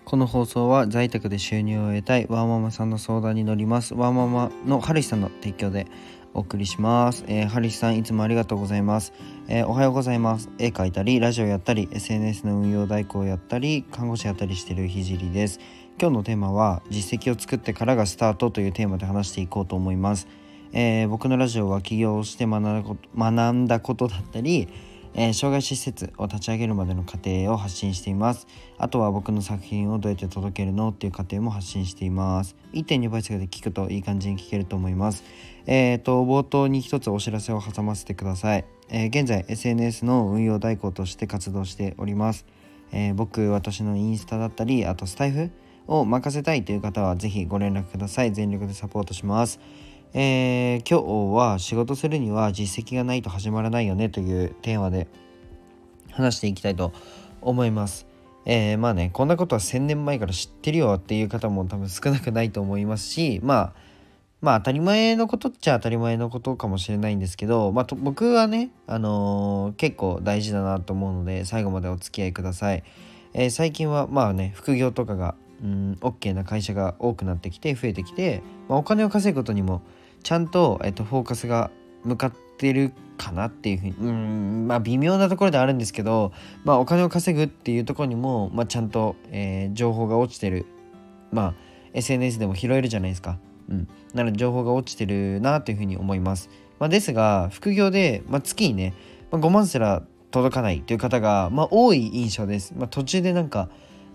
この放送は在宅で収入を得たいワーママさんの相談に乗りますワーママのハリスさんの提供でお送りします。ハリスさんいつもありがとうございます。おはようございます。絵描いたりラジオやったり SNS の運用代行やったり看護師やったりしているひじりです。今日のテーマは実績を作ってからがスタートというテーマで話していこうと思います。僕のラジオは起業して学んだことだったり障害者施設を立ち上げるまでの過程を発信しています。あとは僕の作品をどうやって届けるのっていう過程も発信しています。 1.2 倍速で聞くといい感じに聞けると思います。冒頭に一つお知らせを挟ませてください。現在 SNS の運用代行として活動しております。私のインスタだったりあとスタイフを任せたいという方はぜひご連絡ください。全力でサポートします。今日は仕事するには実績がないと始まらないよねというテーマで話していきたいと思います。こんなことは1000年前から知ってるよっていう方も多分少なくないと思いますし、当たり前のことっちゃ当たり前のことかもしれないんですけど、僕はね、結構大事だなと思うので最後までお付き合いください。最近は副業とかがOK な会社が多くなってきて増えてきて、お金を稼ぐことにもちゃんと、フォーカスが向かってるかなっていうふうに微妙なところであるんですけど、お金を稼ぐっていうところにも、ちゃんと、情報が落ちてる、SNS でも拾えるじゃないですか。なので情報が落ちてるなというふうに思います。ですが副業で、月にね、5万すら届かないという方が、多い印象です。途中で曲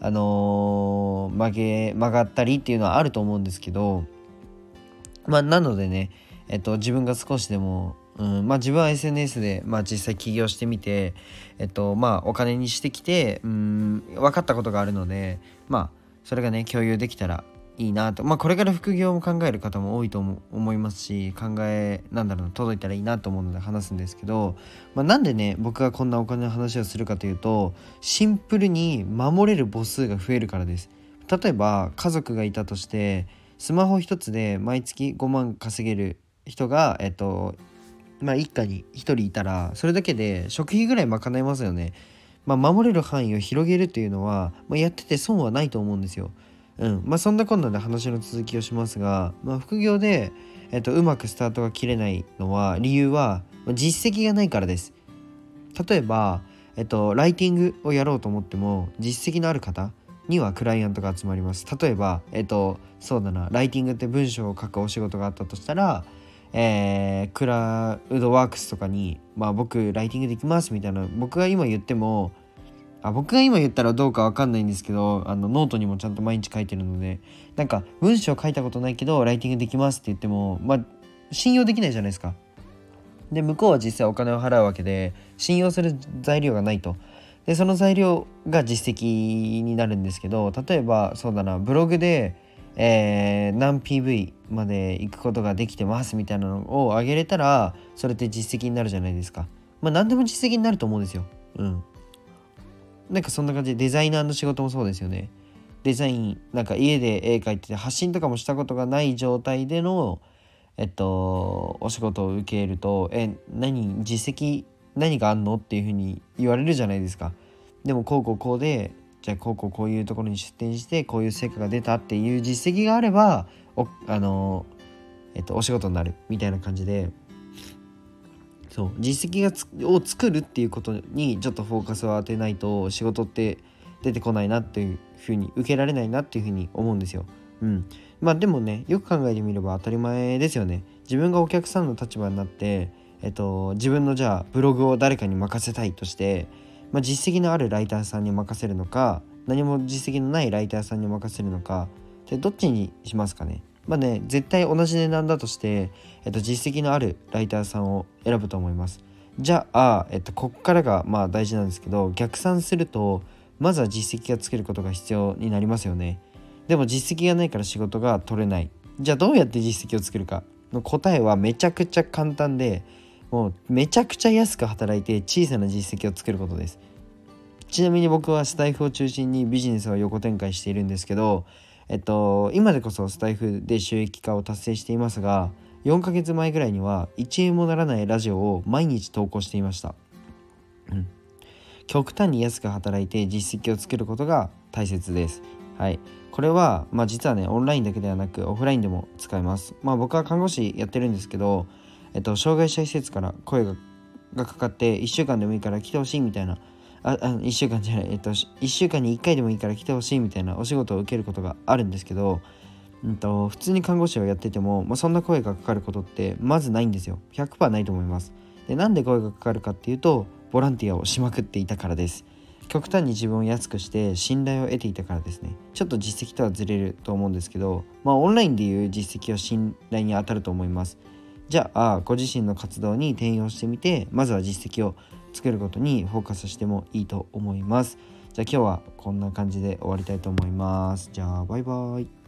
がったりっていうのはあると思うんですけど、なのでね、自分が少しでも、自分は SNS で、実際起業してみて、お金にしてきて、分かったことがあるので、それがね共有できたらいいなと。これから副業も考える方も多いと思いますし、届いたらいいなと思うので話すんですけど、なんでね僕がこんなお金の話をするかというと、シンプルに守れる母数が増えるからです。例えば家族がいたとして、スマホ一つで毎月5万稼げる人が一家に一人いたら、それだけで食費ぐらい賄えますよね。守れる範囲を広げるっていうのは、やってて損はないと思うんですよ。そんなこんなで話の続きをしますが、副業で、うまくスタートが切れないのは理由は実績がないからです。例えば、ライティングをやろうと思っても実績のある方にはクライアントが集まります。例えば、ライティングって文章を書くお仕事があったとしたら、クラウドワークスとかに、僕ライティングできますみたいな、僕が今言ったらどうかわかんないんですけど、ノートにもちゃんと毎日書いてるので、文章書いたことないけどライティングできますって言っても、信用できないじゃないですか。で向こうは実際お金を払うわけで信用する材料がないと。でその材料が実績になるんですけど、例えばブログで、何 PV まで行くことができてますみたいなのを上げれたら、それって実績になるじゃないですか。何でも実績になると思うんですよ。そんな感じでデザイナーの仕事もそうですよね。デザイン家で絵描いてて発信とかもしたことがない状態でのお仕事を受けると実績何があんのっていう風に言われるじゃないですか。でもこうで、じゃあこういうところに出店してこういう成果が出たっていう実績があればお仕事になるみたいな感じで、そう実績を作るっていうことにちょっとフォーカスを当てないと仕事って出てこないなっていう風に受けられないなっていう風に思うんですよ。でもね、よく考えてみれば当たり前ですよね。自分がお客さんの立場になって、自分のじゃあブログを誰かに任せたいとして、実績のあるライターさんに任せるのか、何も実績のないライターさんに任せるのか、でどっちにしますかね。絶対同じ値段だとして、実績のあるライターさんを選ぶと思います。じゃあ、こっからが大事なんですけど、逆算するとまずは実績がつけることが必要になりますよね。でも実績がないから仕事が取れない。じゃあどうやって実績を作るかの答えはめちゃくちゃ簡単で、もうめちゃくちゃ安く働いて小さな実績を作ることです。ちなみに僕はスタイフを中心にビジネスを横展開しているんですけど、今でこそスタイフで収益化を達成していますが、4ヶ月前ぐらいには1円もならないラジオを毎日投稿していました。極端に安く働いて実績をつけることが大切です。 はい、これは、実はねオンラインだけではなくオフラインでも使えます。僕は看護師やってるんですけど、障害者施設から声がかかって1週間でもいいから来てほしいみたいな、1週間じゃない、1週間に1回でもいいから来てほしいみたいなお仕事を受けることがあるんですけど、普通に看護師をやってても、そんな声がかかることってまずないんですよ。100% ないと思います。で、なんで声がかかるかっていうと、ボランティアをしまくっていたからです。極端に自分を安くして信頼を得ていたからですね。ちょっと実績とはずれると思うんですけど、オンラインでいう実績は信頼に当たると思います。じゃあご自身の活動に転用してみて、まずは実績を作ることにフォーカスしてもいいと思います。じゃあ今日はこんな感じで終わりたいと思います。じゃあバイバイ。